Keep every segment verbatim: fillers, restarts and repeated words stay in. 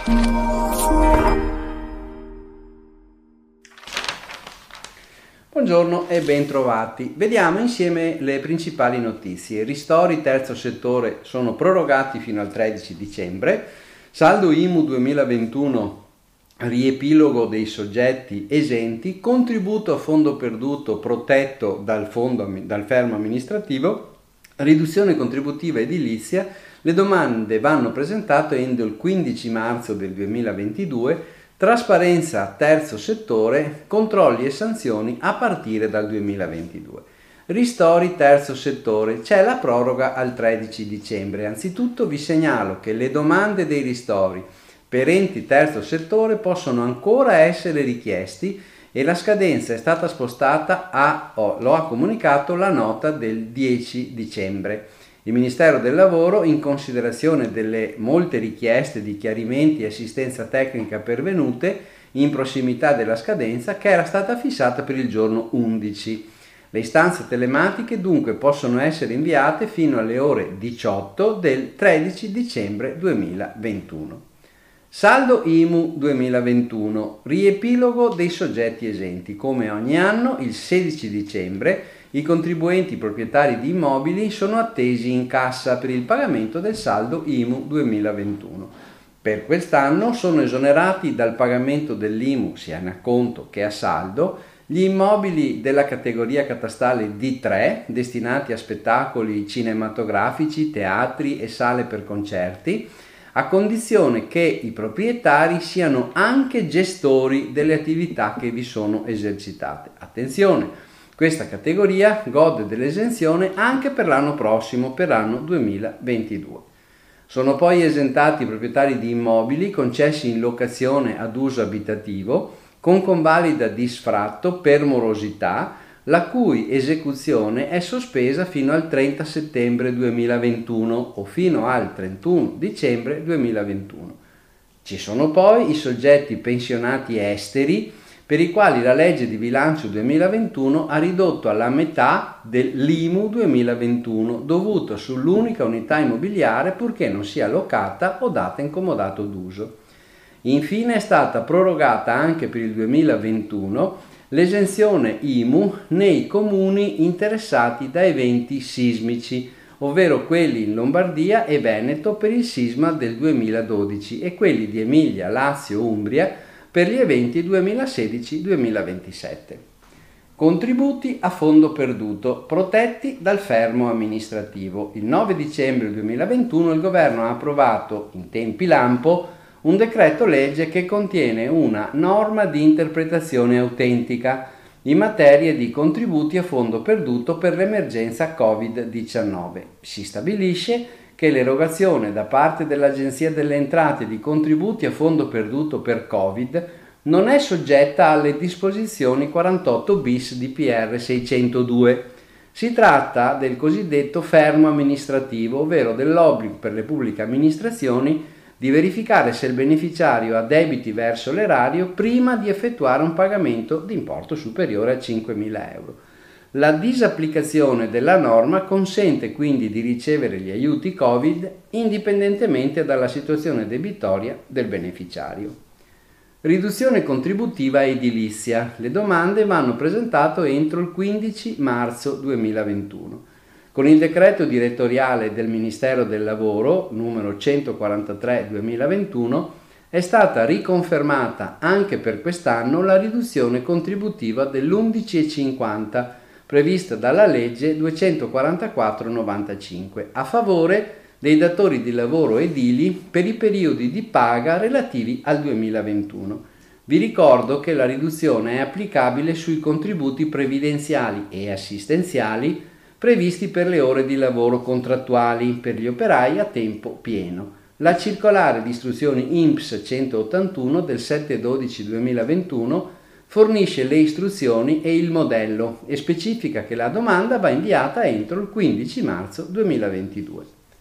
Buongiorno e ben trovati. Vediamo insieme le principali notizie. Ristori terzo settore sono prorogati fino al tredici dicembre. Saldo I M U duemilaventuno, riepilogo dei soggetti esenti, contributo a fondo perduto protetto dal, fondo, dal fermo amministrativo, riduzione contributiva edilizia. Le domande vanno presentate entro il quindici marzo del duemilaventidue. Trasparenza terzo settore, controlli e sanzioni a partire dal duemilaventidue. Ristori terzo settore, c'è la proroga al tredici dicembre. Anzitutto vi segnalo che le domande dei ristori per enti terzo settore possono ancora essere richiesti e la scadenza è stata spostata a, oh, lo ha comunicato la nota del dieci dicembre. Il Ministero del Lavoro, in considerazione delle molte richieste di chiarimenti e assistenza tecnica pervenute in prossimità della scadenza, che era stata fissata per il giorno undici. Le istanze telematiche dunque possono essere inviate fino alle ore diciotto del tredici dicembre duemilaventuno. Saldo I M U duemilaventuno, riepilogo dei soggetti esenti. Come ogni anno, il sedici dicembre, i contribuenti proprietari di immobili sono attesi in cassa per il pagamento del saldo I M U duemilaventuno. Per quest'anno sono esonerati dal pagamento dell'I M U sia in acconto che a saldo gli immobili della categoria catastale D tre destinati a spettacoli cinematografici, teatri e sale per concerti, a condizione che i proprietari siano anche gestori delle attività che vi sono esercitate. Attenzione! Questa categoria gode dell'esenzione anche per l'anno prossimo, per l'anno duemilaventidue. Sono poi esentati i proprietari di immobili concessi in locazione ad uso abitativo con convalida di sfratto per morosità, la cui esecuzione è sospesa fino al trenta settembre duemilaventuno o fino al trentuno dicembre duemilaventuno. Ci sono poi i soggetti pensionati esteri per i quali la legge di bilancio duemilaventuno ha ridotto alla metà dell'I M U duemilaventuno dovuto sull'unica unità immobiliare purché non sia locata o data in comodato d'uso. Infine è stata prorogata anche per il duemilaventuno l'esenzione I M U nei comuni interessati da eventi sismici, ovvero quelli in Lombardia e Veneto per il sisma del duemiladodici e quelli di Emilia, Lazio, Umbria per gli eventi duemilasedici duemilaventisette. Contributi a fondo perduto protetti dal fermo amministrativo. Il nove dicembre duemilaventuno il governo ha approvato in tempi lampo un decreto legge che contiene una norma di interpretazione autentica in materia di contributi a fondo perduto per l'emergenza covid diciannove. Si stabilisce che l'erogazione da parte dell'Agenzia delle Entrate di contributi a fondo perduto per Covid non è soggetta alle disposizioni quarantotto bis di P R seicentodue. Si tratta del cosiddetto fermo amministrativo, ovvero dell'obbligo per le pubbliche amministrazioni di verificare se il beneficiario ha debiti verso l'erario prima di effettuare un pagamento di importo superiore a cinquemila euro. La disapplicazione della norma consente quindi di ricevere gli aiuti Covid indipendentemente dalla situazione debitoria del beneficiario. Riduzione contributiva edilizia. Le domande vanno presentate entro il quindici marzo duemilaventuno. Con il decreto direttoriale del Ministero del Lavoro numero centoquarantatré duemilaventuno è stata riconfermata anche per quest'anno la riduzione contributiva dell'undici virgola cinquanta prevista dalla legge duecentoquarantaquattro novantacinque a favore dei datori di lavoro edili per i periodi di paga relativi al duemilaventuno. Vi ricordo che la riduzione è applicabile sui contributi previdenziali e assistenziali previsti per le ore di lavoro contrattuali per gli operai a tempo pieno. La circolare di istruzioni I N P S centottantuno del sette dodici duemilaventuno fornisce le istruzioni e il modello e specifica che la domanda va inviata entro il quindici marzo duemilaventidue.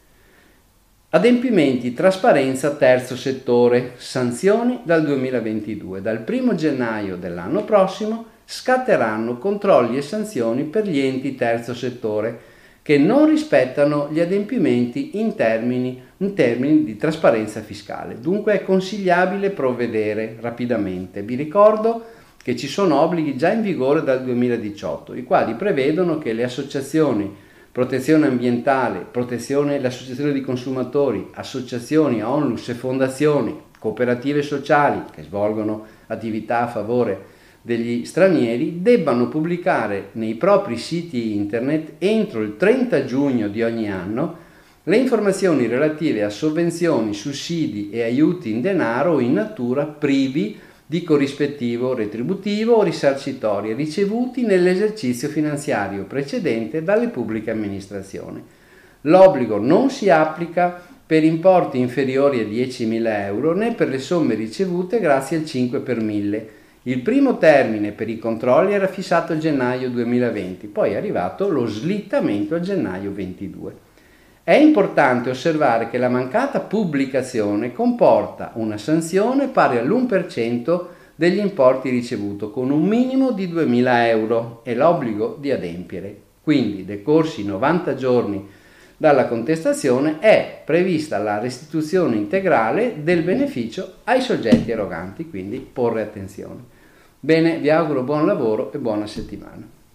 Adempimenti, trasparenza, terzo settore, sanzioni dal duemilaventidue. Dal primo gennaio dell'anno prossimo scatteranno controlli e sanzioni per gli enti terzo settore che non rispettano gli adempimenti in termini in termini di trasparenza fiscale. Dunque è consigliabile provvedere rapidamente. Vi ricordo che ci sono obblighi già in vigore dal duemiladiciotto, i quali prevedono che le associazioni protezione ambientale, protezione, l'associazione di consumatori, associazioni, onlus e fondazioni, cooperative sociali che svolgono attività a favore degli stranieri debbano pubblicare nei propri siti internet entro il trenta giugno di ogni anno le informazioni relative a sovvenzioni, sussidi e aiuti in denaro o in natura privi di corrispettivo retributivo o risarcitorio ricevuti nell'esercizio finanziario precedente dalle pubbliche amministrazioni. L'obbligo non si applica per importi inferiori a diecimila euro né per le somme ricevute grazie al cinque per mille. Il primo termine per i controlli era fissato a gennaio duemilaventi, poi è arrivato lo slittamento a gennaio ventidue. È importante osservare che la mancata pubblicazione comporta una sanzione pari all'uno per cento degli importi ricevuti con un minimo di duemila euro e l'obbligo di adempiere. Quindi, decorsi novanta giorni dalla contestazione, è prevista la restituzione integrale del beneficio ai soggetti eroganti, quindi porre attenzione. Bene, vi auguro buon lavoro e buona settimana.